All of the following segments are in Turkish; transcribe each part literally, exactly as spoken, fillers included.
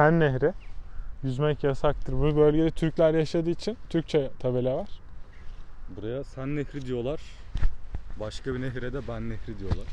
Sen Nehri. Yüzmek yasaktır. Bu bölgede Türkler yaşadığı için Türkçe tabela var. Buraya Sen Nehri diyorlar. Başka bir nehre de Ben Nehri diyorlar.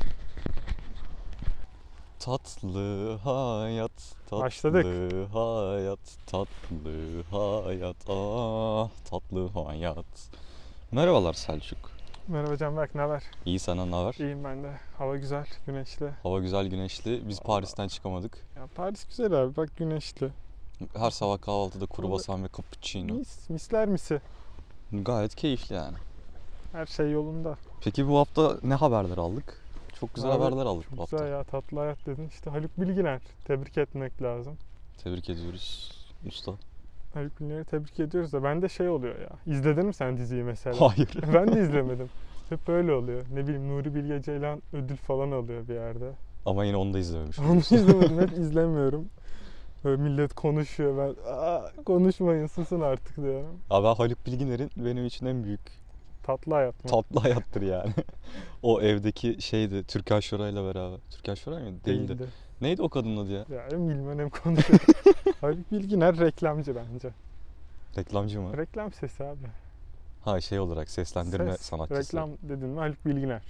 Tatlı hayat, tatlı Başladık. hayat, tatlı hayat, ah tatlı hayat. Merhabalar Selçuk. Merhaba Canberk, ne haber? İyi, senden ne haber? İyiyim ben de. Hava güzel, güneşli. Hava güzel, güneşli. Biz Paris'ten çıkamadık. Ya Paris güzel abi, bak güneşli. Her sabah kahvaltıda kruvasan ve cappuccino. Mis, misler misi. Gayet keyifli yani. Her şey yolunda. Peki bu hafta ne haberler aldık? Çok güzel Abi, haberler aldık bu Çok hafta. güzel ya, tatlı hayat dedin. İşte Haluk Bilginer. Tebrik etmek lazım. Tebrik ediyoruz usta. Haluk Bilginer'i tebrik ediyoruz da bende şey oluyor ya. İzledin mi sen diziyi mesela? Hayır. Ben de izlemedim. Hep böyle oluyor. Ne bileyim Nuri Bilge Ceylan ödül falan alıyor bir yerde. Ama yine onu da izlememişim. Onu izlemedim, hep izlemiyorum. Böyle millet konuşuyor, ben aa, konuşmayın, susun artık diyorum. Abi ben Haluk Bilginer'in benim için en büyük Tatlı hayat mı? tatlı hayattır yani. O evdeki şeydi, Türkan Şoray'la beraber. Türkan Şoray mıydı? Değildi. Değildi. Neydi o kadının adı ya? Ya hem bilmem hem konuşuyor. Haluk Bilginer reklamcı bence. Reklamcı mı? Reklam sesi abi. Ha şey olarak seslendirme Ses, sanatçısı. reklam dedin mi Haluk Bilginer.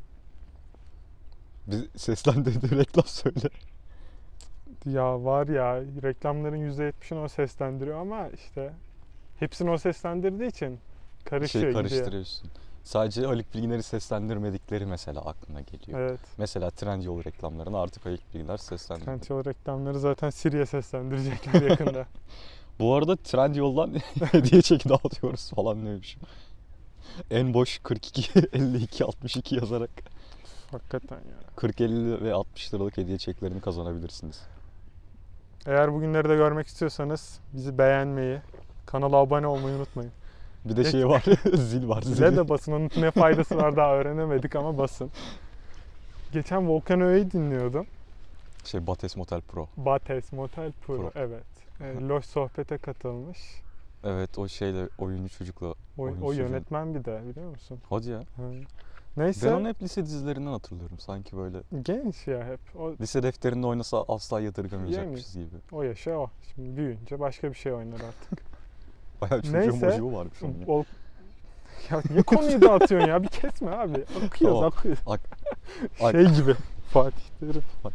Bir seslendirdiği reklam söyle. Ya var ya, reklamların yüzde yetmişini o seslendiriyor ama işte hepsini o seslendirdiği için karışıyor, Şey gidiyor. karıştırıyorsun. Sadece Haluk Bilginer'i seslendirmedikleri mesela aklına geliyor. Evet. Mesela Trendyol reklamlarını artık Haluk Bilginer seslendiriyor. Trendyol reklamları zaten Siri'ye seslendirecekler yakında. Bu arada Trendyol'dan hediye çeki dağıtıyoruz falan demişim. En boş kırk iki elli iki altmış iki yazarak Hakikaten ya. kırk elli ve altmış liralık hediye çeklerini kazanabilirsiniz. Eğer bugünleri de görmek istiyorsanız bizi beğenmeyi, kanala abone olmayı unutmayın. Bir de Geç- şey var, zil var. Zil. Zile de basın. Onun ne faydası var daha öğrenemedik ama basın. Geçen Volkan Öğe'yi dinliyordum. Şey Bates Motel Pro. Bates Motel Pro, Pro. evet. E, Loş sohbete katılmış. Evet o şeyle oyuncu çocukla. O, oyuncu o çocuğun- yönetmen bir de, biliyor musun? Hadi ya. Hı. Neyse. Ben onu hep lise dizilerinden hatırlıyorum sanki böyle. Genç ya hep. O, Lise defterinde oynasa asla yadırgamayacakmışız gibi. o yaşa o. Şimdi büyüyünce başka bir şey oynar artık. Bayağı çocuğun Neyse. mocuğu varmış onun ya. Vol- ya niye konuyu dağıtıyorsun ya? Bir kesme abi. Akıyoruz, Tamam. akıyoruz. Ak- ak- Şey gibi. Fatih Terim. Bak.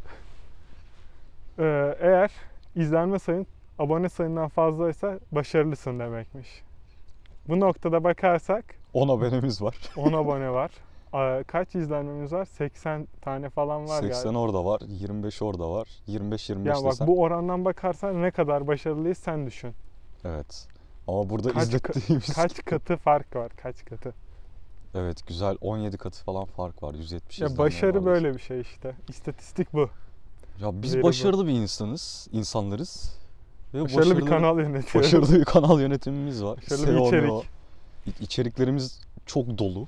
Ee, eğer izlenme sayın abone sayından fazlaysa başarılısın demekmiş. Bu noktada bakarsak on abonemiz var. on abone var. Aa, kaç izlenmemiz var? seksen tane falan var seksen galiba. orada var, yirmi beş orada var. yirmi beş yirmi beş Ya bak, desen. bu orandan bakarsan ne kadar başarılıyız sen düşün. Evet. Ama burada Kaç, izlettiğimiz... kaç katı fark var? Kaç katı? Evet güzel, on yedi katı falan fark var. yüz yetmiş Ya izlenme başarı var. böyle bir şey işte. İstatistik bu. Ya biz Veri bu. başarılı bir insanız, insanlarız. Ve Başarılı bir kanal yönetiyoruz. Başarılı bir kanal yönetimimiz var. Başarılı S E O, bir içerik. M E O. İ- İçeriklerimiz çok dolu.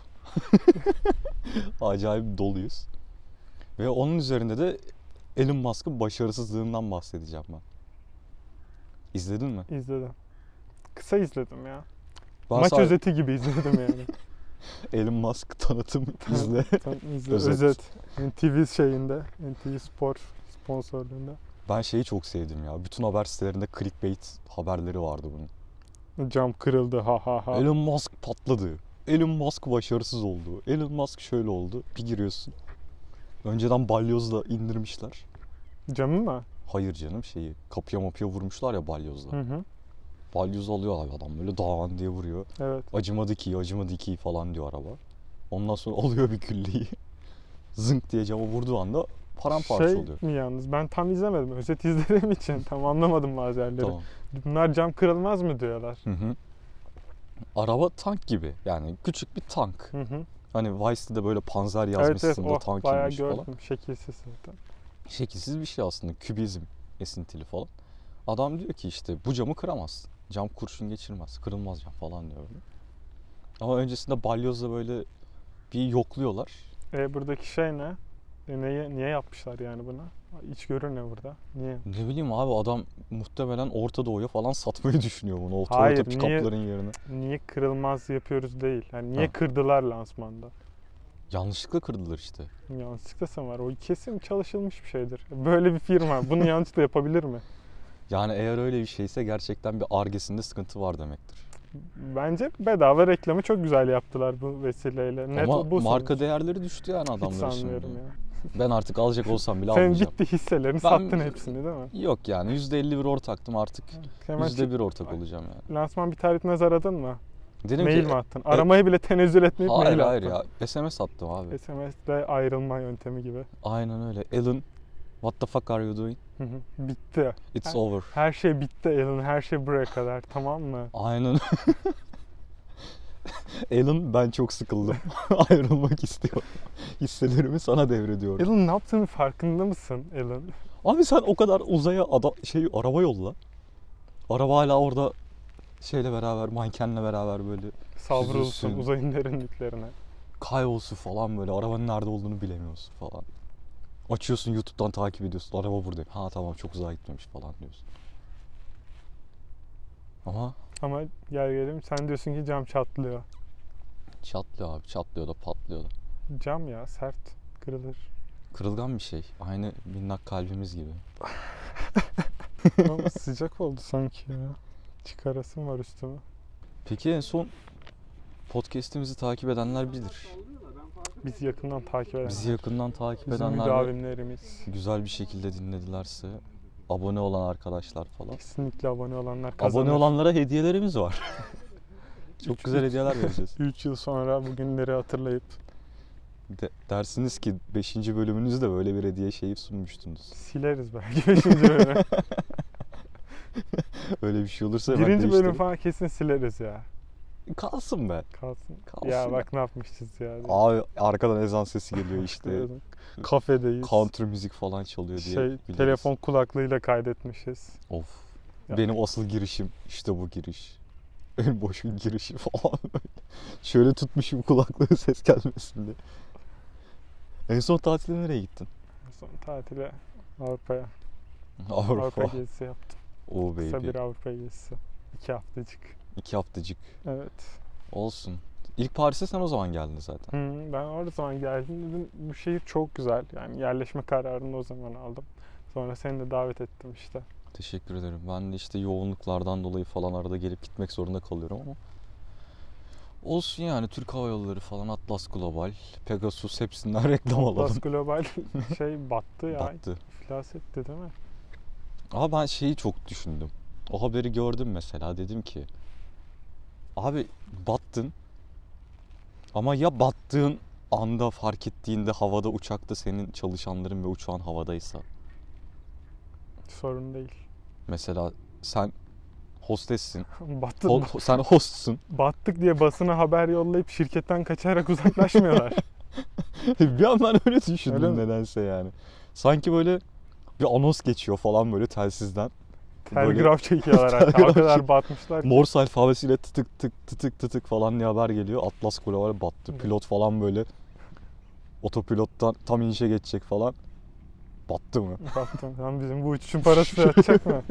Acayip doluyuz. Ve onun üzerinde de Elon Musk'ın başarısızlığından bahsedeceğim ben. İzledin mi? İzledim. Kısa izledim ya. Ben Maç sadece özeti gibi izledim yani. Elon Musk tanıtım izle. Sen izle. Özet. Özet. N T V şeyinde. N T V Spor sponsorluğunda. Ben şeyi çok sevdim ya. Bütün haber sitelerinde clickbait haberleri vardı bunun. Cam kırıldı, ha ha ha. Elon Musk patladı. Elon Musk başarısız oldu. Elon Musk şöyle oldu. Bir giriyorsun. Önceden balyozla indirmişler. Camı mı? Hayır canım şeyi. Kapıya mapıya vurmuşlar ya balyozla. Hı hı. Balyoz alıyor abi adam böyle dağın diye vuruyor. Evet. Acımadı ki, acımadı ki falan diyor araba. Ondan sonra alıyor bir külleyi. Zınk diye cama vurduğu anda paramparça Şey oluyor. mi yalnız? Ben tam izlemedim. Özet izlediğim için tam anlamadım bazı yerleri. Tamam. Bunlar cam kırılmaz mı diyorlar. Hı hı. Araba tank gibi. Yani küçük bir tank. Hı hı. Hani Vice'de böyle panzer Evet evet, yazmışsın da o tank bayağı inmiş gördüm. falan. Şekilsiz zaten. Şekilsiz bir şey aslında. Kübizm esintili falan. Adam diyor ki işte bu camı kıramazsın. Cam kurşun geçirmez. Kırılmaz cam falan diyor. böyle. Ama öncesinde balyozla böyle bir yokluyorlar. E buradaki şey ne? E, neye, niye yapmışlar yani buna? İçgörü ne burada? Niye? Ne bileyim abi adam muhtemelen Orta Doğu'ya falan satmayı düşünüyor bunu. O Hayır, Toyota niye- pick-up'ların yerine. Niye kırılmaz yapıyoruz değil. Yani niye Ha. kırdılar lansmanda? Yanlışlıkla kırdılar işte. Yanlışlıkla sen var. O kesin çalışılmış bir şeydir. Böyle bir firma bunu yanlışlıkla yapabilir mi? Yani eğer öyle bir şeyse gerçekten bir Ar-Ge'sinde sıkıntı var demektir. Bence bedava reklamı çok güzel yaptılar bu vesileyle. Net Ama bu marka sonuç. değerleri düştü yani Hiç adamların şimdi. sanmıyorum ya. Ben artık alacak olsam bile Sen almayacağım. gitti hisselerini Ben- sattın hepsini değil mi? Yok yani yüzde elli bir ortaktım artık. Hemen yüzde çık- bir ortak olacağım yani. lansman biter bitmez aradın mı? Dedim Mail ki, mi attın? Aramayı bile tenezzül etmeyip hayır mail hayır attın. ya S M S attım abi. S M S'de ayrılma yöntemi gibi. Aynen öyle. Alan, what the fuck are you doing? Hı hı. Bitti. It's Ha- over. Her şey bitti Alan. Her şey buraya kadar. Tamam mı? Aynen. Alan ben çok sıkıldım. Ayrılmak istiyorum. Hisselerimi sana devrediyorum. Alan ne yaptığını farkında mısın Alan? Abi sen o kadar uzaya ada, şey araba yolla. Araba hala orada şeyle beraber, mankenle beraber böyle Savrulsun Süzülsün. uzayın derinliklerine. kaybolsun falan böyle. Arabanın nerede olduğunu bilemiyorsun falan. Açıyorsun YouTube'dan takip ediyorsun. Araba burada. Ha tamam çok uzağa gitmemiş falan diyorsun. Ama Ama gel gelelim sen diyorsun ki cam çatlıyor. çatlıyor abi. Çatlıyor da patlıyor da. Cam ya sert. Kırılır. Kırılgan bir şey. Aynı minnak kalbimiz gibi. Ama sıcak oldu sanki ya. Çıkarasım var üstüme. Peki en son podcast'imizi takip edenler bilir. Bizi yakından takip eden. Bizi yakından takip Bizim edenler ve müdavimlerimiz. güzel bir şekilde dinledilerse abone olan arkadaşlar falan. Kesinlikle abone olanlar kazanır. Abone olanlara hediyelerimiz var. Çok güzel hediyeler vereceğiz. üç yıl sonra bu günleri hatırlayıp De, dersiniz ki beşinci bölümünüzde böyle bir hediye şeyi sunmuştunuz. sileriz belki beşinci bölümü. Öyle bir şey olursa ben Birinci bölüm değiştiririm. falan kesin sileriz ya. Kalsın be. Kalsın. Kalsın ya ya. bak ne yapmışız ya. Abi arkadan ezan sesi geliyor işte. Kafedeyiz. Counter müzik falan çalıyor diye Şey, biliriz. telefon kulaklığıyla kaydetmişiz. Of. Ya. Benim asıl girişim işte bu giriş. En boşun girişi falan böyle. Şöyle tutmuşum kulaklığı ses gelmesin diye. En son tatile nereye gittin? Son tatile Avrupa'ya. Avrupa. Avrupa gezisi yaptım. Oh Kısa baby. bir Avrupa gezisi. İki haftacık. İki haftacık. Evet. Olsun. İlk Paris'e sen o zaman geldin zaten. Hı, ben orada zaman geldim dedim bu şehir çok güzel. Yani yerleşme kararını o zaman aldım. Sonra seni de davet ettim işte. Teşekkür ederim. Ben de işte yoğunluklardan dolayı falan arada gelip gitmek zorunda kalıyorum ama. Olsun yani Türk Hava Yolları falan, Atlas Global, Pegasus hepsinden reklam alalım. Atlas Global şey battı ya. Battı. İflas etti değil mi? Ama ben şeyi çok düşündüm. O haberi gördüm mesela. Dedim ki abi battın ama ya battığın anda fark ettiğinde havada uçakta senin çalışanların ve uçağın havadaysa. Sorun değil. Mesela sen hostessin. Battı, Ho- sen hostsun. battık diye basına haber yollayıp şirketten kaçarak uzaklaşmıyorlar. Bir an ben öyle düşündüm Öyle mi? nedense yani. Sanki böyle bir anons geçiyor falan böyle telsizden. Telgraf çekiyorlar hatta. O Telgraf kadar çek- batmışlar ki. Morse alfabesiyle tıtık tık tıtık tıtık falan diye haber geliyor. Atlas Global battı. Evet. Pilot falan böyle otopilottan tam inişe geçecek falan. Battı mı? Battım. Lan bizim bu uçuşun parası yatacak mı?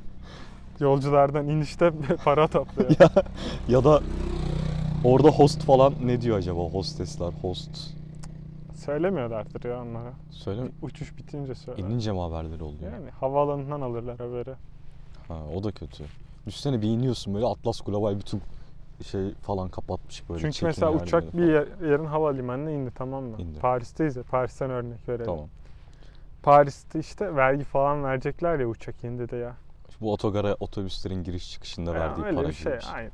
Yolculardan inişte para topluyor. ya, ya da orada host falan ne diyor acaba? Hostesler, host. Söylemiyorlardır ya onlara. Söyle mi? Uçuş bitince söyler. İnince mi haberleri oluyor? Yani havaalanından alırlar haberi. Ha, o da kötü. Düşünsene bir iniyorsun böyle Atlas Global bütün şey falan kapatmış böyle. Çünkü check-in mesela yerlerini uçak bir falan. yer- yerin havalimanına indi tamam mı? İndi. Paris'teyiz ya. Paris'ten örnek verelim. Tamam. Paris'te işte vergi falan verecekler ya uçak indi de ya. Bu otogara otobüslerin giriş çıkışında Ya verdiği öyle para bir gibi şey bir şey. aynen.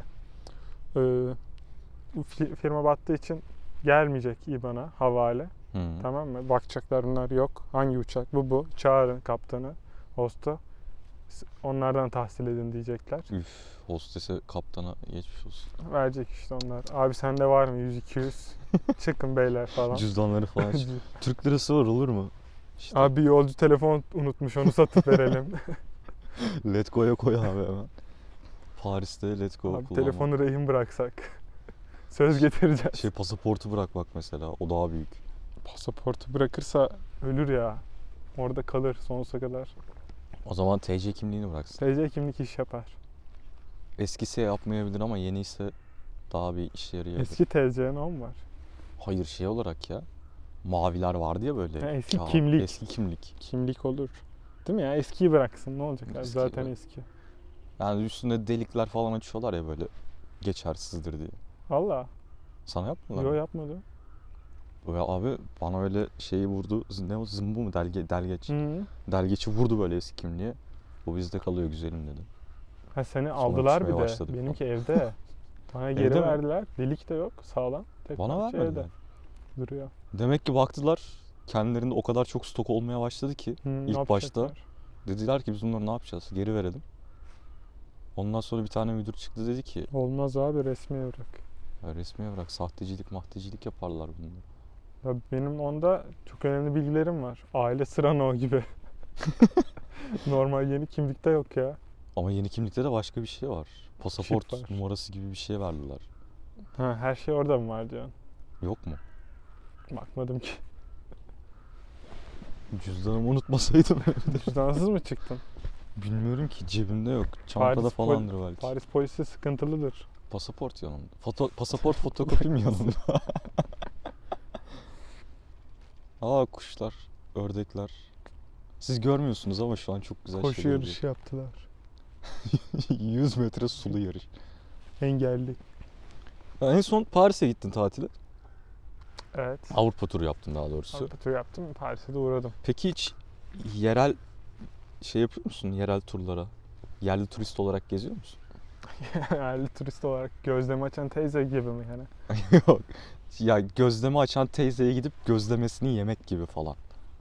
Ee, bu fi- firma battığı için gelmeyecek İ B A N''a havale. Hı. Tamam mı? Bakacaklar bunlar yok. Hangi uçak? Bu bu. Çağırın kaptanı, hostu. S- Onlardan tahsil edin diyecekler. Üf, hostese kaptana geçmiş olsun. Verecek işte onlar. Abi sende var mı yüz iki yüz? Çıkın beyler falan. Cüzdanları falan. çık- Türk lirası var olur mu? İşte Abi yolcu telefon unutmuş onu satıp verelim. Let go'ya koy abi hemen. Paris'te Let go Abi kullanma. telefonu rehin bıraksak. Söz getireceğiz. Şey pasaportu bırak bak mesela. O daha büyük. Pasaportu bırakırsa ölür ya. Orada kalır sonsuza kadar. O zaman T C kimliğini bıraksın. T C kimlik iş yapar. Eskisi yapmayabilir ama yeni ise daha bir işe yarayabilir. Eski T C'nin o mu var? Hayır şey olarak ya. Maviler vardı ya böyle. Ha, eski kağıt, kimlik. Eski kimlik. Kimlik olur. Değil mi ya? Eskiyi bıraksın. Ne olacak abi? Eskiyi Zaten bırak. eski. Yani üstünde delikler falan açıyorlar ya böyle geçersizdir diye. Valla. Sana yapmıyorlar Yo mı? yapmadı. Ya abi bana öyle şeyi vurdu. Z- Ne o zımbu mu delge, delgeç. Hı. Delgeçi vurdu böyle eski kimliğe. Bu bizde kalıyor güzelim dedi. Ha seni Sonra aldılar bir küsmeye de. başladık falan. Benimki evde. Bana geri Evde mi? verdiler. Delik de yok. Sağlam. Tek Bana parça vermediler. evde. Duruyor. Demek ki baktılar kendilerinde o kadar çok stok olmaya başladı ki Hı, ne ilk başta yapacaklar? dediler ki biz bunları ne yapacağız? Geri verelim. Ondan sonra bir tane müdür çıktı dedi ki Olmaz abi, resmi evrak. ya resmiye bırak sahtecilik mahtecilik yaparlar bunlar. Ya benim onda çok önemli bilgilerim var. Aile Sırano gibi. Normal yeni kimlikte yok ya. Ama yeni kimlikte de başka bir şey var. Pasaport Çip var. numarası gibi bir şey verdiler. Ha, her şey orada mı var diyorsun? Yok mu? Bakmadım ki. Cüzdanımı unutmasaydım. Cüzdansız mı çıktın? Bilmiyorum ki cebimde yok. Çantada Paris falandır belki. Paris polisi sıkıntılıdır. Pasaport yanımda. Foto, pasaport fotokopim yanımda. Aa kuşlar, ördekler. Siz görmüyorsunuz ama şu an çok güzel Koşu şeyler oluyor. yarışı yaptılar. yüz metre sulu yarış. Engelli. Ya en son Paris'e gittin tatile. Evet. Avrupa turu yaptın daha doğrusu. Avrupa turu yaptım. Paris'e de uğradım. Peki hiç yerel şey yapıyor musun? Yerel turlara. Yerli turist olarak geziyor musun? Yerli turist olarak gözlemi açan teyze gibi mi yani? Yok. Ya gözleme açan teyzeye gidip gözlemesini yemek gibi falan.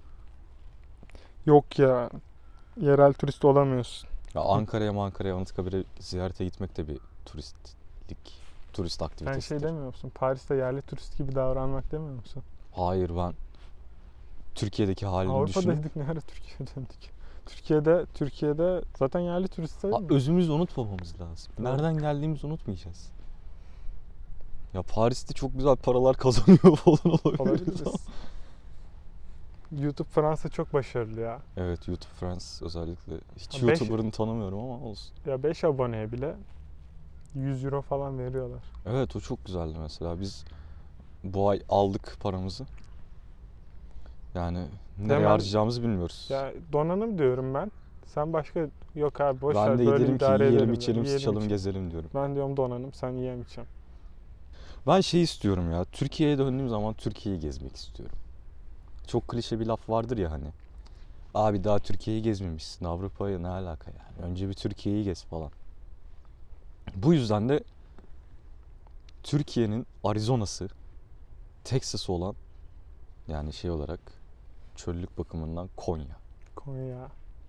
Yok ya. Yerel turist olamıyorsun. Ya Ankara'ya Ankara'ya Anıtkabir'e ziyarete gitmek de bir turistlik, turist Sen aktivitesidir. şey demiyor musun? Paris'te yerli turist gibi davranmak demiyor musun? Hayır ben Türkiye'deki halini düşünüp Avrupa'daydık, ne ara Türkiye'ye döndük? Türkiye'de Türkiye'de zaten yerli turist sayılır Aa, mı? özümüzü unutmamamız lazım. Doğru. Nereden geldiğimizi unutmayacağız. Ya Paris'te çok güzel paralar kazanıyor falan olabiliriz. Olabiliriz. YouTube Fransa çok başarılı ya. Evet YouTube France özellikle. Hiç Ha, beş- YouTuber'ını tanımıyorum ama olsun. Ya beş aboneye bile yüz euro falan veriyorlar. Evet o çok güzeldi mesela. Biz bu ay aldık paramızı. Yani nereye Hemen- harcayacağımızı bilmiyoruz. Ya donanım diyorum ben. Sen başka yok abi boş ver ben de böyle gidelim ki idare yiyelim edelim. içelim Yiyelim, sıçalım içelim. gezelim diyorum. Ben diyorum donanım, sen yiyemeyeceğim. Ben şey istiyorum ya. Türkiye'ye döndüğüm zaman Türkiye'yi gezmek istiyorum. Çok klişe bir laf vardır ya hani. Abi daha Türkiye'yi gezmemişsin. Avrupa'ya ne alaka yani? Önce bir Türkiye'yi gez falan. Bu yüzden de Türkiye'nin Arizona'sı, Texas'ı olan yani şey olarak çöllük bakımından Konya. Konya.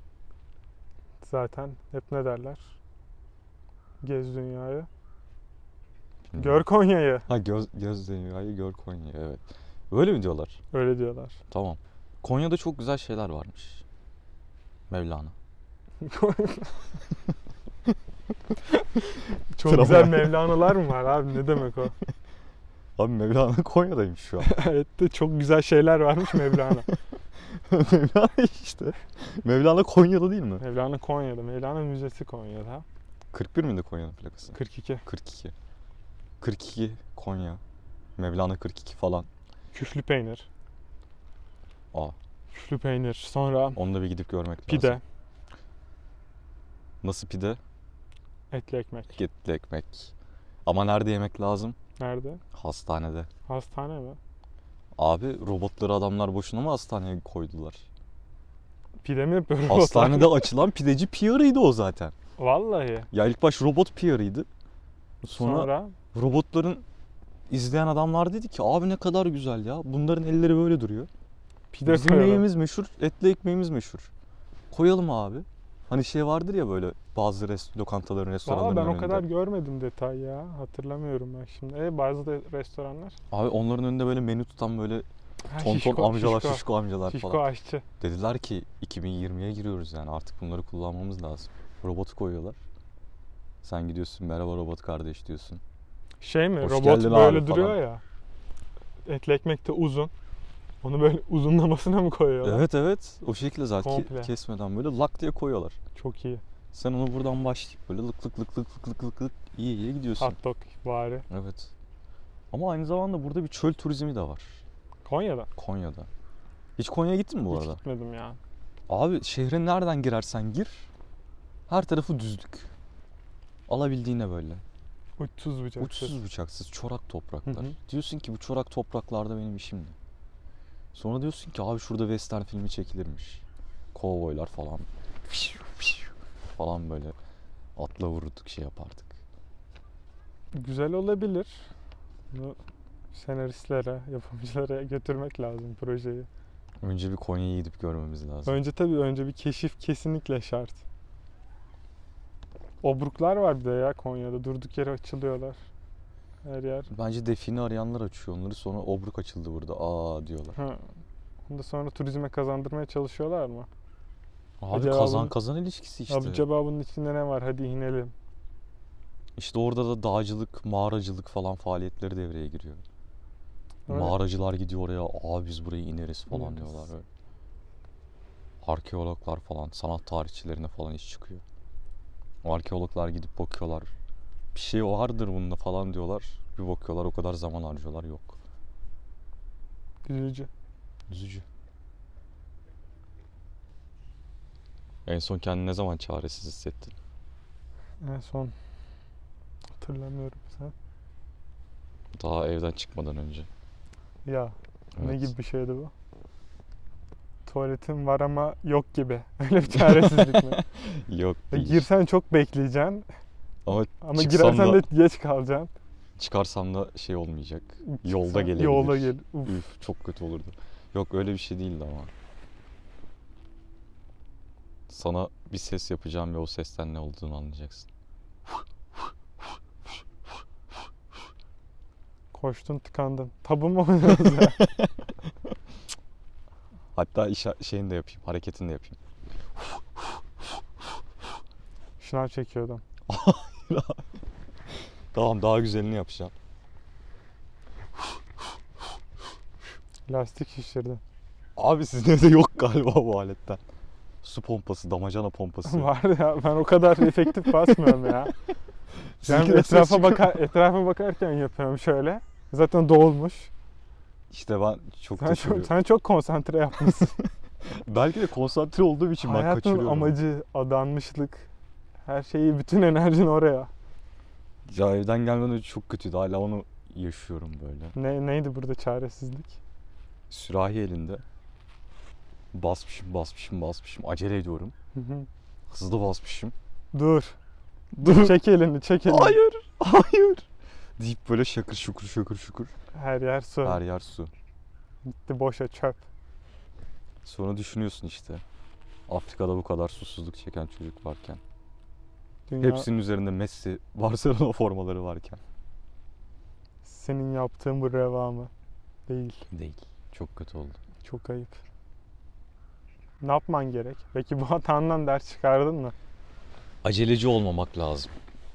Zaten hep ne derler? Gez dünyayı. Gör Konya'yı. Ha göz, göz dünyayı gör Konya evet. Öyle mi diyorlar? Öyle diyorlar. Tamam. Konya'da çok güzel şeyler varmış. Mevlana. Çok Travma. güzel Mevlana'lar mı var abi? Ne demek o? Abi Mevlana Konya'daymış şu an. Evet de çok güzel şeyler varmış Mevlana. Mevlana işte. Mevlana Konya'da değil mi? Mevlana Konya'da. Mevlana Müzesi Konya'da. kırk bir miydi Konya'nın plakası? kırk iki. kırk iki. kırk iki Konya. Mevlana kırk iki falan. Küflü peynir. Aa, Küflü peynir. Sonra onu da bir gidip görmek lazım. pide. Nasıl pide? Etli ekmek. Etli ekmek. Ama nerede yemek lazım? Nerede? Hastanede. Hastane mi? Abi robotları adamlar boşuna mı hastaneye koydular? Pide mi yapıyor robotlar? Hastanede açılan pideci P R'ıydı o zaten. Vallahi. Ya ilk baş robot P R'ıydı. Sonra, Sonra robotların izleyen adamlar dedi ki abi ne kadar güzel ya. Bunların elleri böyle duruyor. pide Bizim koyalım. neyimiz meşhur? Etli ekmeğimiz meşhur. Koyalım abi. Hani şey vardır ya böyle bazı rest lokantaların, restoranların Valla ben o önünde. kadar görmedim detay ya. Hatırlamıyorum ben şimdi. E bazı da restoranlar. Abi onların önünde böyle menü tutan böyle Ha, tonton şişko, amcalar, şişko. şişko amcalar Şişko falan. aşçı. Dediler ki iki bin yirmiye giriyoruz yani artık bunları kullanmamız lazım. Robotu koyuyorlar. Sen gidiyorsun merhaba robot kardeş diyorsun. Şey mi? Hoş Robot geldin böyle abi duruyor falan. ya. Etli ekmek de uzun. Onu böyle uzunlamasına mı koyuyorlar? Evet evet o şekilde zaten Komple. kesmeden böyle lak diye koyuyorlar. Çok iyi. Sen onu buradan başlayıp böyle lık lık lık lık lık lık lık lık iyi iyi gidiyorsun. Hot dog bari. Evet. Ama aynı zamanda burada bir çöl turizmi de var Konya'da. Konya'da. Hiç Konya'ya gittin mi bu Hiç arada? gitmedim ya. Abi şehre nereden girersen gir her tarafı düzlük. Alabildiğine böyle. Uçsuz bucaksız. Uçsuz bucaksız çorak topraklar. Hı hı. Diyorsun ki bu çorak topraklarda benim işim ne? Sonra diyorsun ki abi şurada western filmi çekilirmiş. Kovboylar falan. Falan böyle atla vururduk şey yapardık. Güzel olabilir. Bunu senaristlere, yapımcılara götürmek lazım projeyi. Önce bir Konya'ya gidip görmemiz lazım. Önce tabii önce bir keşif kesinlikle şart. Obruklar var bir de ya Konya'da. Durduk yere açılıyorlar. Her yer. Bence define arayanlar açıyor onları, sonra obruk açıldı burada aa diyorlar. Ha. Onu da sonra turizme kazandırmaya çalışıyorlar mı? Abi Acaba kazan bunun- kazan ilişkisi işte. Abi acaba bunun içinde ne var? Hadi inelim. İşte orada da dağcılık, mağaracılık falan faaliyetleri devreye giriyor. Öyle. Mağaracılar gidiyor oraya, abi biz buraya ineriz falan İneriz. diyorlar böyle. Arkeologlar falan, sanat tarihçilerine falan iş çıkıyor. O arkeologlar gidip bakıyorlar. Bir şey vardır bunda falan diyorlar. Bir bakıyorlar o kadar zaman harcıyorlar, yok. Üzücü. Üzücü. En son kendini ne zaman çaresiz hissettin? En son hatırlamıyorum sen. Daha evden çıkmadan önce. Ya ne Evet. gibi bir şeydi bu? Tuvaletin var ama yok gibi. Öyle bir çaresizlik mi? Yok E, değil. girsen çok bekleyeceksin Ama ama çıksam girersen da- de geç kalacaksın. çıkarsam da şey olmayacak. Yolda Çıksan- gelebilir. Yolda gel. Uf. Üf, çok kötü olurdu. Yok öyle bir şey değildi ama. Sana bir ses yapacağım ve o sesten ne olduğunu anlayacaksın. Koştun tıkandın. Tabu mu oynuyoruz ya? Hatta işa şeyini de yapayım, hareketini de yapayım. Şınav çekiyordum. Tamam, daha güzelini yapacağım. Lastik şişirdin. Abi sizin evde yok galiba bu aletten. Su pompası, damacana pompası. Var ya ben o kadar efektif basmıyorum ya. Yani Sizinki de ses etrafa çıkıyor. bakar etrafa bakarken yapıyorum şöyle. Zaten dolmuş. İşte ben çok Sen teşekkür çok, sen çok konsantre yapmışsın. Belki de konsantre olduğum için ben Hayatın kaçırıyorum. amacı, adanmışlık. Her şeyi, bütün enerjin oraya. Ya evden gelmeden önce çok kötüydü. Hala onu yaşıyorum böyle. Ne, neydi burada çaresizlik? Sürahi elinde. Basmışım, basmışım, basmışım. Acele ediyorum. Hı hı. Hızlı basmışım. Dur. Dur. Çek elini, çek elini. Hayır, hayır. Deyip böyle şakır şukur şukur şukur. Her yer su. Her yer su. Gitti boşa çöp. Sonra düşünüyorsun işte. Afrika'da bu kadar susuzluk çeken çocuk varken. Dünya Hepsinin üzerinde Messi, Barcelona formaları varken. senin yaptığın bu reva mı? Değil. Değil. Çok kötü oldu. Çok ayıp. Ne yapman gerek? Peki bu hatandan ders çıkardın mı? Aceleci olmamak lazım.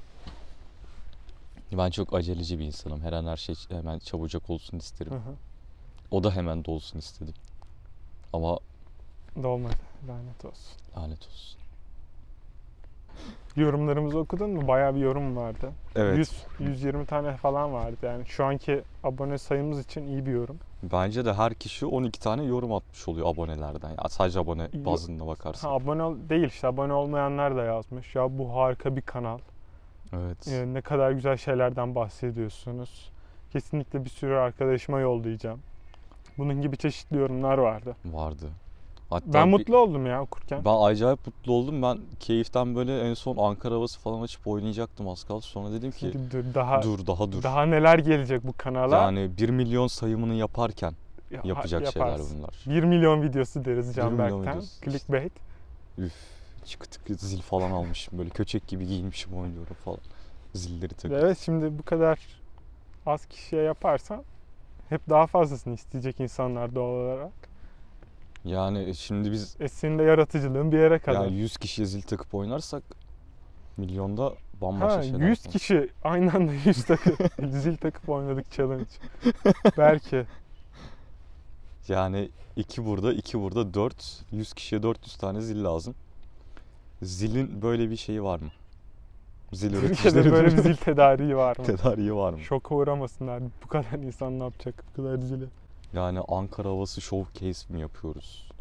Ben çok aceleci bir insanım. Her an her şey hemen çabucak olsun isterim. Hı hı. O da hemen dolsun istedim. Ama Dolmadı. Lanet olsun. lanet olsun. Yorumlarımızı okudun mu? Bayağı bir yorum vardı. Evet. yüz yüz yirmi tane falan vardı. Yani şu anki abone sayımız için iyi bir yorum. Bence de her kişi on iki tane yorum atmış oluyor abonelerden. Ya sadece abone Yo- bazında bakarsan. Ha, abone ol değil işte abone olmayanlar da yazmış. Ya bu harika bir kanal. Evet. Ee, ne kadar güzel şeylerden bahsediyorsunuz. Kesinlikle bir sürü arkadaşıma yollayacağım. Bunun gibi çeşitli yorumlar vardı. Vardı. Hatta Ben bir- mutlu oldum ya okurken. Ben acayip mutlu oldum. Ben keyiften böyle en son Ankara havası falan açıp oynayacaktım az kaldı. Sonra dedim ki Çünkü dur, daha dur daha dur. daha neler gelecek bu kanala. Yani bir milyon sayımını yaparken Ya- yapacak şeyler yaparsın. bunlar. bir milyon videosu deriz bir milyon Canberk'ten. videosu. Clickbait. Üf, çıkı tıkı zil falan almışım. Böyle köçek gibi giyinmişim, oynuyorum falan. Zilleri takıp. Evet şimdi bu kadar az kişiye yaparsan hep daha fazlasını isteyecek insanlar doğal olarak. Yani şimdi biz E senin de yaratıcılığın bir yere kadar. yani yüz kişiye zil takıp oynarsak milyonda bambaşka Ha, şeyler. yüz yapalım. kişi aynı anda yüz takıp zil takıp oynadık challenge. Belki. Yani iki burada, iki burada, dört. Yüz kişiye dört yüz tane zil lazım. Zilin böyle bir şeyi var mı? Zil Türkiye'de üreticileri böyle bir zil tedariği var mı? tedariği var mı? Şoka uğramasınlar. Bu kadar insan ne yapacak bu kadar zili? Yani Ankara havası showcase mi yapıyoruz?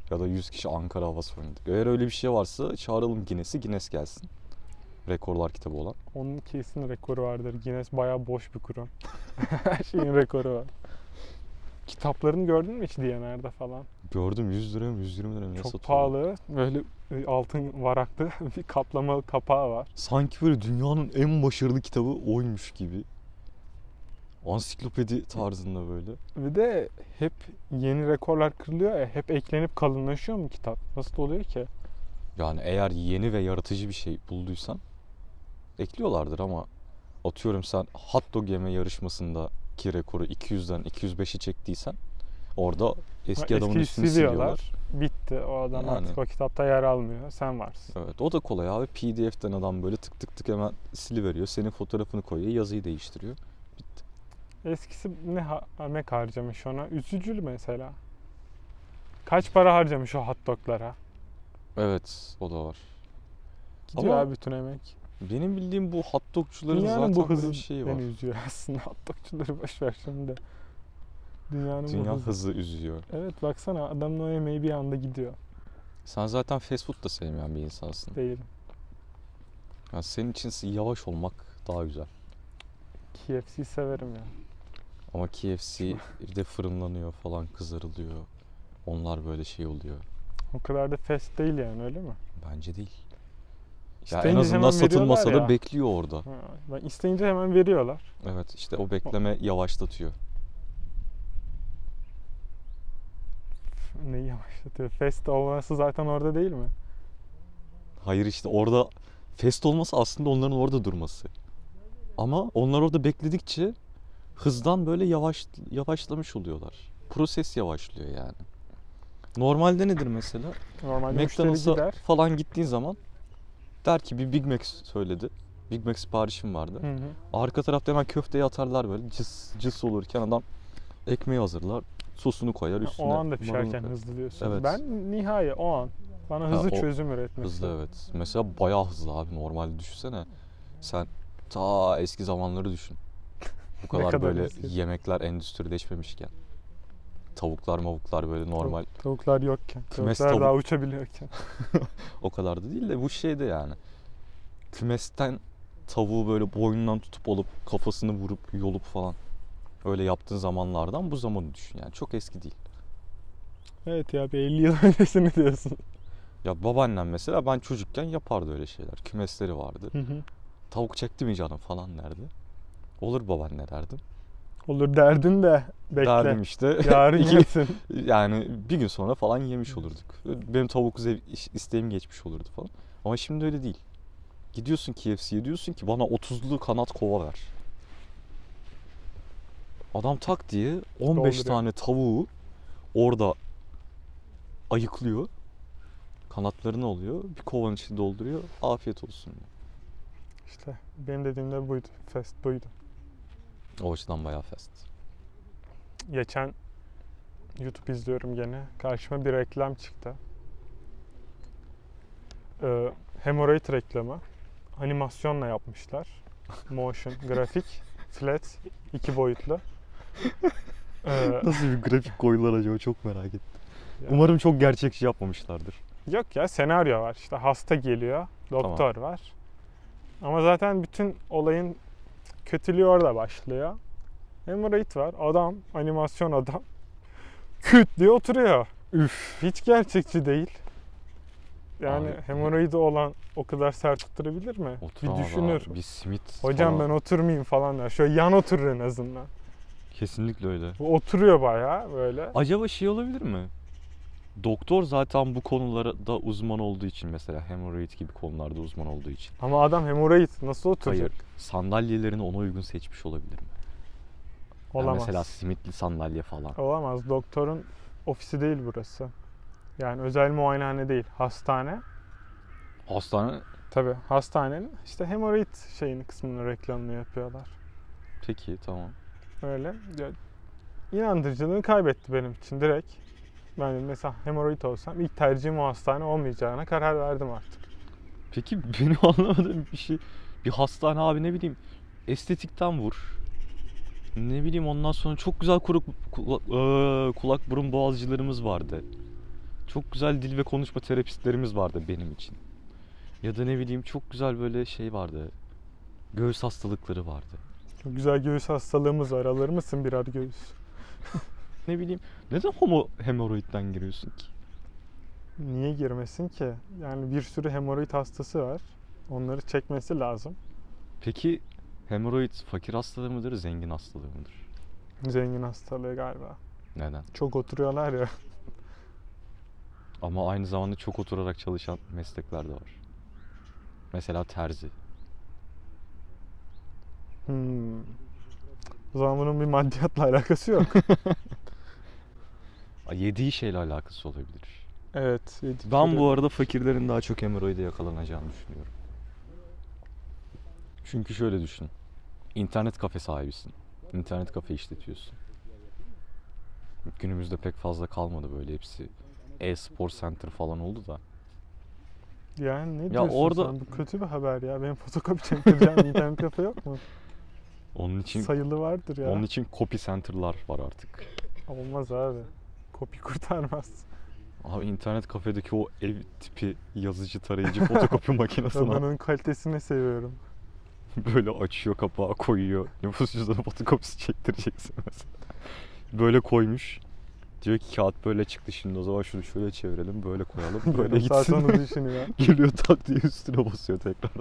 Ya da yüz kişi Ankara havası oynadık. Eğer öyle bir şey varsa çağıralım Guinness'i, Guinness gelsin. Rekorlar kitabı olan. Onun kesin rekoru vardır. Guinness bayağı boş bir kurum. Her şeyin rekoru var. Kitaplarını gördün mü hiç D and R'da falan? Gördüm yüz liraya mı yüz yirmi liraya mı ne Çok satıyorlar? pahalı. Böyle e, altın varaklı bir kaplama kapağı var. Sanki böyle dünyanın en başarılı kitabı oymuş gibi. Ansiklopedi tarzında böyle. Bir de hep yeni rekorlar kırılıyor ya. Hep eklenip kalınlaşıyor mu kitap? Nasıl oluyor ki? Yani eğer yeni ve yaratıcı bir şey bulduysan ekliyorlardır ama atıyorum sen hot dog yeme yarışmasındaki rekoru iki yüzden iki yüz beşe çektiysen orada eski Ha, adamın eskiyi üstünü siliyorlar. siliyorlar. Bitti. O adam Yani. artık o kitapta yer almıyor. Sen varsın. Evet o da kolay abi. P D F'den adam böyle tık tık tık hemen siliveriyor. Senin fotoğrafını koyuyor, yazıyı değiştiriyor. Bitti. Eskisi ne ha- emek harcamış ona? Üzücü mesela. Kaç para harcamış o hot doglara? Evet o da var. Gidiyor Ama abi bütün emek. benim bildiğim bu hot dogcuların Dünyanın zaten bu böyle hızı bir şeyi var. beni üzüyor aslında. Hot dogçuları boş ver şimdi. Dünyanın Dünya bu hızı. hızı üzüyor. Evet baksana adamın o emeği bir anda gidiyor. Sen zaten fast food da sevmeyen bir insansın. Değil. Yani senin için yavaş olmak daha güzel. K F C severim ya. Ama K F C de fırınlanıyor falan, kızarılıyor. Onlar böyle şey oluyor. O kadar da fast değil yani öyle mi? Bence değil. Ya en İsteyince azından hemen satılmasa veriyorlar da ya. bekliyor orada. Ha, ben isteyince hemen veriyorlar. Evet işte o bekleme yavaşlatıyor. Neyi yavaşlatıyor? Fast olması zaten orada değil mi? Hayır işte orada fast olması aslında onların orada durması. Ama onlar orada bekledikçe hızdan böyle yavaş yavaşlamış oluyorlar. Proses yavaşlıyor yani. Normalde nedir mesela? Normalde müşteri McDonald's'a gider. falan gittiğin zaman der ki bir Big Mac söyledi. Big Mac siparişim vardı. Hı hı. Arka tarafta hemen köfteyi atarlar böyle cıs cıs olurken adam ekmeği hazırlar. Sosunu koyar Ha, üstüne. o anda marulunu pişerken koyar. hızlı diyorsun. Evet. Ben nihayet o an bana Ha, hızlı o çözüm üretmesi. Hızlı evet. Mesela bayağı hızlı abi. Normalde düşünsene. Sen ta eski zamanları düşün. Bu kadar, kadar böyle eski? yemekler endüstrileşmemişken. Tavuklar mavuklar böyle normal. Tavuk- tavuklar yokken. Kümes Tavuklar tavuk. daha uçabiliyorken. O kadar da değil de bu şeyde yani. Kümesten tavuğu böyle boynundan tutup alıp kafasını vurup yolup falan. Öyle yaptığın zamanlardan bu zamanı düşün yani. Çok eski değil. Evet ya bir elli yıl öncesini diyorsun. Ya babaannem mesela ben çocukken yapardı öyle şeyler. Kümesleri vardı. Hı hı. Tavuk çekti mi canım falan derdi. Olur babaanne derdim. Olur derdin de bekle. Derdim işte. Yarın İki- gelsin. Yani bir gün sonra falan yemiş olurduk. Benim tavuk zev- isteğim geçmiş olurdu falan. Ama şimdi öyle değil. Gidiyorsun K F C'ye diyorsun ki bana otuzlu kanat kova ver. Adam tak diye on beş Dolduruyor. tane tavuğu orada ayıklıyor. Kanatlarını alıyor. Bir kovanın içine dolduruyor. Afiyet olsun. İşte benim dediğim de buydu. Fast buydu. O açıdan bayağı fast. Geçen YouTube izliyorum gene. Karşıma bir reklam çıktı. Ee, hemoroid reklamı. Animasyonla yapmışlar. Motion, grafik, flat, iki boyutlu. Ee, Nasıl bir grafik koydular acaba çok merak ettim. ya- Umarım çok gerçekçi yapmamışlardır. Yok ya senaryo var. İşte hasta geliyor, doktor var. Ama zaten bütün olayın kötülüğü orada başlıyor. Hemoroid var. Adam, animasyon adam. Küt diye oturuyor. Üf. Hiç gerçekçi değil. Yani Abi, hemoroidi olan o kadar sert oturabilir mi? Oturamaz bir düşünür. abi, bir simit Hocam falan. ben oturmayayım falan der. Şöyle yan oturur en azından. Kesinlikle öyle. Bu oturuyor bayağı böyle. Acaba şey olabilir mi? Doktor zaten bu konularda uzman olduğu için mesela hemoroid gibi konularda uzman olduğu için. Ama adam hemoroid nasıl oturacak? Hayır. Sandalyelerini ona uygun seçmiş olabilir mi? Yani Olamaz. mesela simitli sandalye falan. Olamaz. Doktorun ofisi değil burası. Yani özel muayenehane değil. Hastane. Hastane Tabii hastanenin işte hemoroid şeyin kısmını reklamını yapıyorlar. peki tamam. Öyle. Ya, inandırıcılığını kaybetti benim için direkt. Ben de mesela hemoroid olsam ilk tercihim o hastane olmayacağına karar verdim artık. Peki benim anlamadığım bir şey. Bir hastane abi ne bileyim estetikten vur. Ne bileyim ondan sonra çok güzel kuru, kulak, eee, kulak burun boğazcılarımız vardı. Çok güzel dil ve konuşma terapistlerimiz vardı benim için. Ya da ne bileyim çok güzel böyle şey vardı. Göğüs hastalıkları vardı. Çok güzel göğüs hastalığımız var. Alır mısın birer göğüs? Ne bileyim neden homo hemoroidden giriyorsun ki? Niye girmesin ki? Yani bir sürü hemoroid hastası var. Onları çekmesi lazım. Peki hemoroid fakir hastalığı mıdır, zengin hastalığı mıdır? Zengin hastalığı galiba. Neden? Çok oturuyorlar ya. Ama aynı zamanda çok oturarak çalışan meslekler de var. Mesela terzi. Hmm. O zaman bunun bir maddiyatla alakası yok. Yediği şeyle alakası olabilir. Evet. Ben bu arada fakirlerin daha çok hemoroide yakalanacağını düşünüyorum. Çünkü şöyle düşün. İnternet kafe sahibisin. İnternet kafe işletiyorsun. Günümüzde pek fazla kalmadı böyle hepsi. E-spor center falan oldu da. Yani ne Ya diyorsun orada- sen? Bu kötü bir haber ya. Benim fotokopi çektireceğim internet kafe yok mu? Onun için Sayılı vardır ya. onun için copy center'lar var artık. Olmaz abi. Kopi kurtarmaz. Abi internet kafedeki o ev tipi yazıcı tarayıcı fotokopi Ben makinesine onun kalitesini seviyorum. böyle açıyor kapağı koyuyor. Nüfus cüzdanı fotokopisi çektireceksin mesela. Böyle koymuş. Diyor ki kağıt böyle çıktı şimdi o zaman şunu şöyle çevirelim böyle koyalım böyle Yarım saat gitsin. onu düşünüyor. Geliyor tak diye üstüne basıyor tekrardan.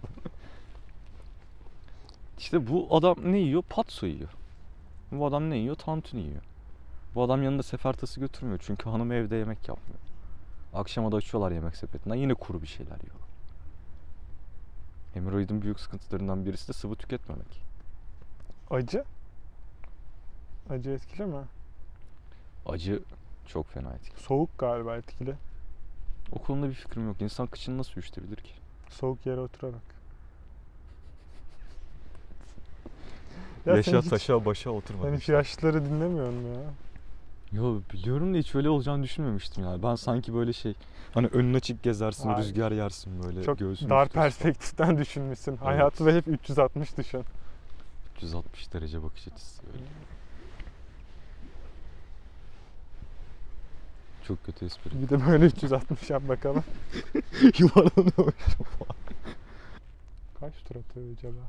İşte bu adam ne yiyor? Patso yiyor. Bu adam ne yiyor? Tantuni yiyor. Bu adam yanında sefertası götürmüyor çünkü hanım evde yemek yapmıyor. Akşama da açıyorlar yemek sepetinden yine kuru bir şeyler yiyor. Hemoroidin büyük sıkıntılarından birisi de sıvı tüketmemek. Acı? Acı etkili mi? Acı çok fena etkili. Soğuk galiba etkili. O konuda bir fikrim yok. İnsan kıçını nasıl üşütebilir ki? Soğuk yere oturarak. Yaşa sen hiç- taşa başa oturmadım. Sen hiç yaşlıları dinlemiyor musun ya? Yo biliyorum da hiç öyle olacağını düşünmemiştim yani. Ben sanki böyle şey hani önün açık gezersin, Hayır. rüzgar yersin böyle Çok göğsünü dar üşütürsün falan. perspektiften düşünmüşsün. Hayatı da hep üç yüz altmış düşün. üç yüz altmış derece bakış açısı böyle. Çok kötü espri. Bir de böyle üç yüz altmış yap bakalım. Yuvarlanıyor. Kaç tur atıyor acaba?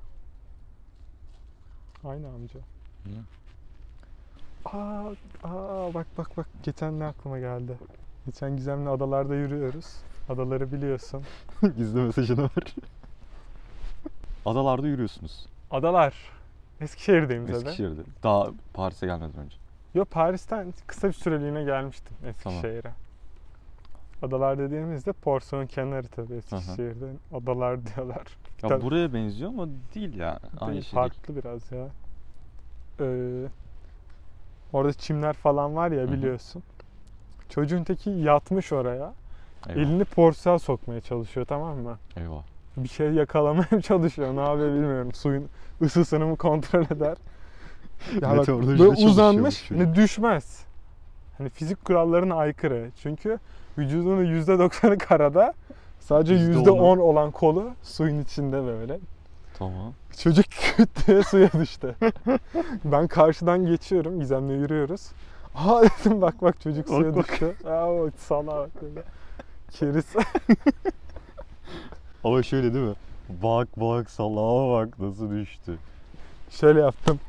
Aynı amca. Hı. Aa, aa bak bak bak geçen ne aklıma geldi. Geçen Gizem'le adalarda yürüyoruz. Adaları biliyorsun. Gizli mesajını ver. Adalarda yürüyorsunuz. Adalar. Eskişehir'deyim zaten. Eskişehir'de. Daha Paris'e gelmeden önce. Yo Paris'ten kısa bir süreliğine gelmiştim Eskişehir'e. Adalar dediğimizde Porsuk'un kenarı tabii Eskişehir'de. Adalar diyorlar. Ya Tabii. buraya benziyor ama değil ya. Aynı Değil, şey değil. farklı biraz ya. Ee, orada çimler falan var ya Hı hı. biliyorsun. Çocuğun teki yatmış oraya. Eyvah. Elini porsuğa sokmaya çalışıyor, tamam mı? Eyvah. Bir şey yakalamaya çalışıyor. Ne yapıyor bilmiyorum. Suyun ısısını mı kontrol eder? Ya bak, Meteorolojide böyle çalışıyormuş uzanmış çocuk. ne düşmez. Hani fizik kurallarına aykırı. Çünkü vücudunun yüzde doksanı karada. Sadece yüzde yüzde onu. on olan kolu suyun içinde böyle. Tamam. Çocuk küt diye suya düştü. Ben karşıdan geçiyorum. Gizem'le yürüyoruz. Aa dedim bak bak çocuk suya Bak, bak. düştü. Aa bak sana bak böyle. Keriz. Ama şöyle değil mi? Bak bak salağa bak nasıl düştü. Şöyle yaptım.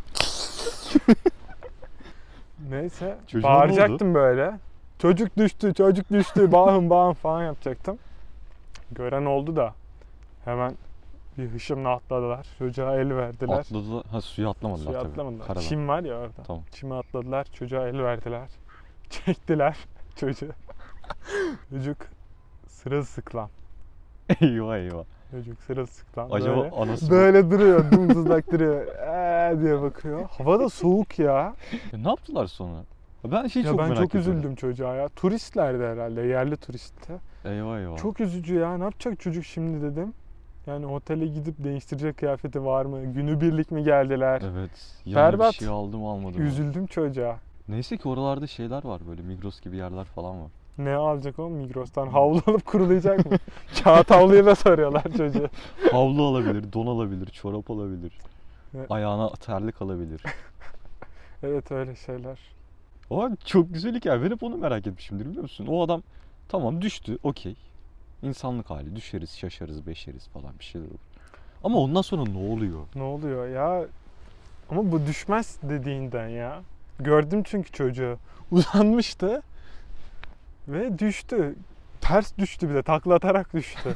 Neyse. Çocuğa ne Bağıracaktım böyle. Çocuk düştü, çocuk düştü, bağım bağım falan yapacaktım. Gören oldu da hemen bir hışımla atladılar. Çocuğa el verdiler. Atladılar. Ha suya atlamadılar Suya tabii. atlamadılar. Karadan. Çim var ya orada. Tamam. Çime atladılar. Çocuğa el verdiler. Çektiler çocuğu. Çocuk sırılsıklam. Eyvah eyvah. Çocuk sırılsıklam. Acaba böyle, anası böyle duruyor. Dımdızlak duruyor. Eee diye bakıyor. Hava da soğuk ya. Ya ne yaptılar sonra? Ben şey Ya çok ben merak çok ediyorum. üzüldüm çocuğa ya. Turistlerdi herhalde. Yerli turistti. Eyvah eyvah. Çok üzücü ya. Ne yapacak çocuk şimdi dedim. Yani otele gidip değiştirecek kıyafeti var mı? Günübirlik mi geldiler? Evet. Yanına Berbat. bir şey aldım almadım. Üzüldüm çocuğa. Neyse ki oralarda şeyler var böyle Migros gibi yerler falan var. Ne alacak o Migros'tan? Havlu alıp kurulayacak mı? Kağıt havluya da soruyorlar çocuğu. Havlu alabilir, don alabilir, çorap alabilir. Evet. Ayağına terlik alabilir. Evet öyle şeyler. Ama çok güzel hikaye. Ben hep onu merak etmişimdir biliyor musun? O adam Tamam düştü, okey. İnsanlık hali, düşeriz, şaşarız, beşeriz falan bir şeyler olur. Ama ondan sonra ne oluyor? Ne oluyor ya? Ama bu düşmez dediğinden ya. Gördüm çünkü çocuğu. Uzanmıştı ve düştü. Ters düştü bir de. Takla atarak düştü.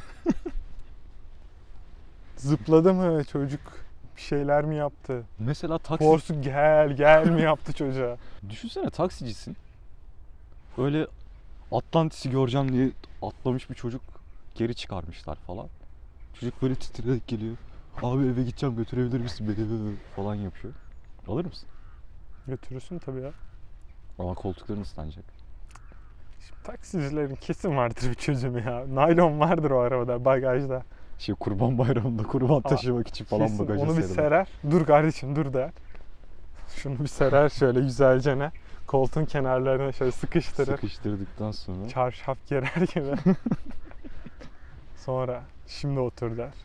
Zıpladı mı çocuk? Bir şeyler mi yaptı? Mesela taksi... Forsu gel gel mi yaptı çocuğa? Düşünsene taksicisin. Öyle Atlantis'i göreceğim diye atlamış bir çocuk geri çıkarmışlar falan. Çocuk böyle titreyerek geliyor. Abi eve gideceğim, götürebilir misin beni falan yapıyor. Alır mısın? Götürürsün tabii ya. Ama koltukların ıslanacak. Şimdi taksicilerin kesin vardır bir çözümü ya. Naylon vardır o arabada, bagajda. Şey Kurban Bayramı'nda kurban Aa, taşımak için falan Kesin bagaja onu bir serilir. serer. Dur kardeşim dur der. Şunu bir serer şöyle güzelce ne. Koltuğun kenarlarına şöyle sıkıştırır. Sıkıştırdıktan sonra Çarşaf gerer gibi. Sonra şimdi otur der.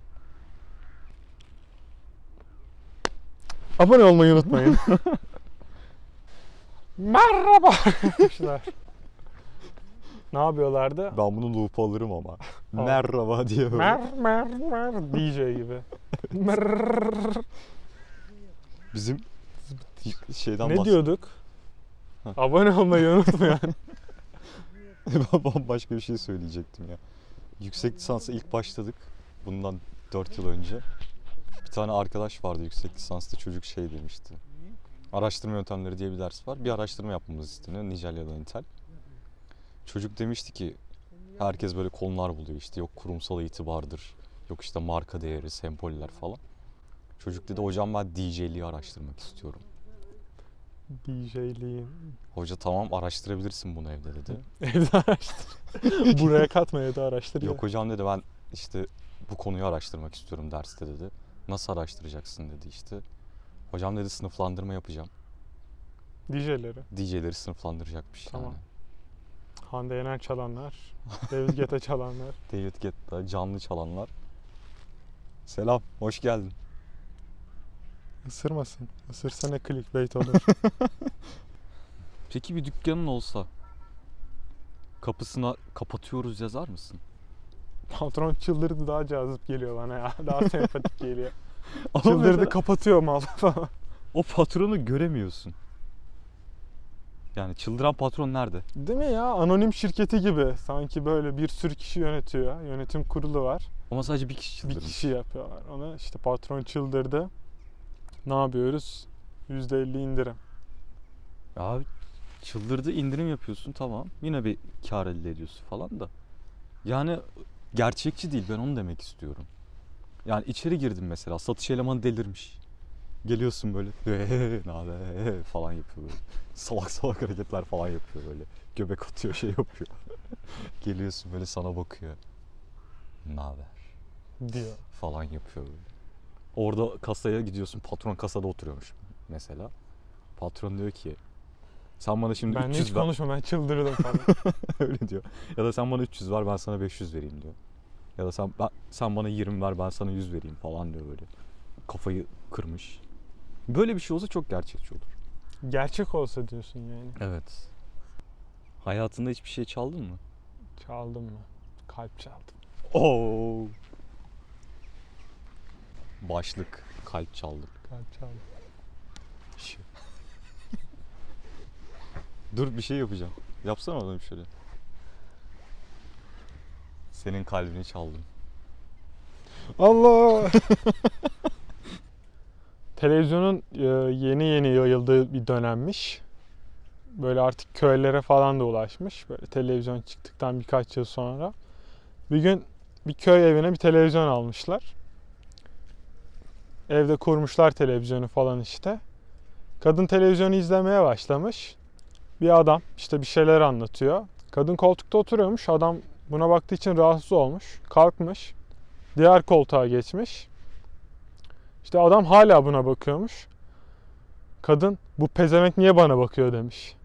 Abone olmayı unutmayın. Merhaba arkadaşlar. Ne yapıyorlardı? ben bunu loop alırım ama. Merhaba diye böyle. Mer mer mer D J gibi. Mer. Bizim şeyden Ne bahs- diyorduk? Ha. Abone olmayı unutmayın. Ben bambaşka bir şey söyleyecektim ya. Yüksek lisansa ilk başladık. Bundan dört yıl önce. Bir tane arkadaş vardı yüksek lisansta, çocuk şey demişti. Araştırma yöntemleri diye bir ders var. Bir araştırma yapmamız isteniyor. Nicel ya da nitel. Çocuk demişti ki herkes böyle konular buluyor işte, yok kurumsal itibardır, yok işte marka değeri, semboller falan. Çocuk dedi hocam ben D J'liği araştırmak istiyorum. D J'liğin. Hoca tamam araştırabilirsin bunu evde dedi. Evde araştır. Buraya katma, evde araştır. Yok hocam dedi ben işte bu konuyu araştırmak istiyorum derste dedi. Nasıl araştıracaksın dedi işte. Hocam dedi sınıflandırma yapacağım. D J'leri. D J'leri sınıflandıracakmış Tamam. yani. Hande Yener çalanlar. David Guetta çalanlar. David Guetta, canlı çalanlar. Selam, hoş geldin. Isırmasın. Isırsa ne clickbait olur. Peki bir dükkanın olsa kapısına kapatıyoruz yazar mısın? Patron çıldırdı, daha cazip geliyor bana ya. Daha sempatik geliyor. Ama Çıldırdı, mesela kapatıyor mal falan. o patronu göremiyorsun. Yani çıldıran patron nerede? Değil mi ya? Anonim şirketi gibi. Sanki böyle bir sürü kişi yönetiyor. Yönetim kurulu var. Ama sadece bir kişi Bir çıldırmış. kişi yapıyorlar. Ona işte patron çıldırdı. Ne yapıyoruz? yüzde elli indirim. Ya çıldırdı, indirim yapıyorsun tamam. Yine bir kar elde ediyorsun falan da. Yani gerçekçi değil, ben onu demek istiyorum. Yani içeri girdim mesela, satış elemanı delirmiş. Geliyorsun böyle ne haber falan yapıyor böyle. Salak salak hareketler falan yapıyor böyle. Göbek atıyor, şey yapıyor. Geliyorsun böyle sana bakıyor. Ne haber Diyor. falan yapıyor böyle. Orada kasaya gidiyorsun, patron kasada oturuyormuş mesela. Patron diyor ki sen bana şimdi Ben üç hiç yüz ver. konuşma, ben çıldırdım falan. Öyle diyor. Ya da sen bana üç yüz ver, ben sana beş yüz vereyim diyor. Ya da sen ben, sen bana yirmi ver, ben sana yüz vereyim falan diyor böyle. Kafayı kırmış. Böyle bir şey olsa çok gerçekçi olur. Gerçek olsa diyorsun yani. Evet. Hayatında hiçbir şey çaldın mı? Çaldım mı? Kalp çaldım. Oo. Başlık kalp çaldım. Kalp çaldım. Şu. Dur bir şey yapacağım. Yapsana oğlum şöyle. Senin kalbini çaldım. Allah! Televizyonun e, yeni yeni yayıldığı bir dönemmiş. Böyle artık köylere falan da ulaşmış. Böyle televizyon çıktıktan birkaç yıl sonra. Bir gün bir köy evine bir televizyon almışlar. Evde kurmuşlar televizyonu falan işte. Kadın televizyonu izlemeye başlamış. Bir adam işte bir şeyler anlatıyor. Kadın koltukta oturuyormuş. Adam buna baktığı için rahatsız olmuş. Kalkmış. Diğer koltuğa geçmiş. İşte adam hala buna bakıyormuş. Kadın bu pezevenk niye bana bakıyor demiş.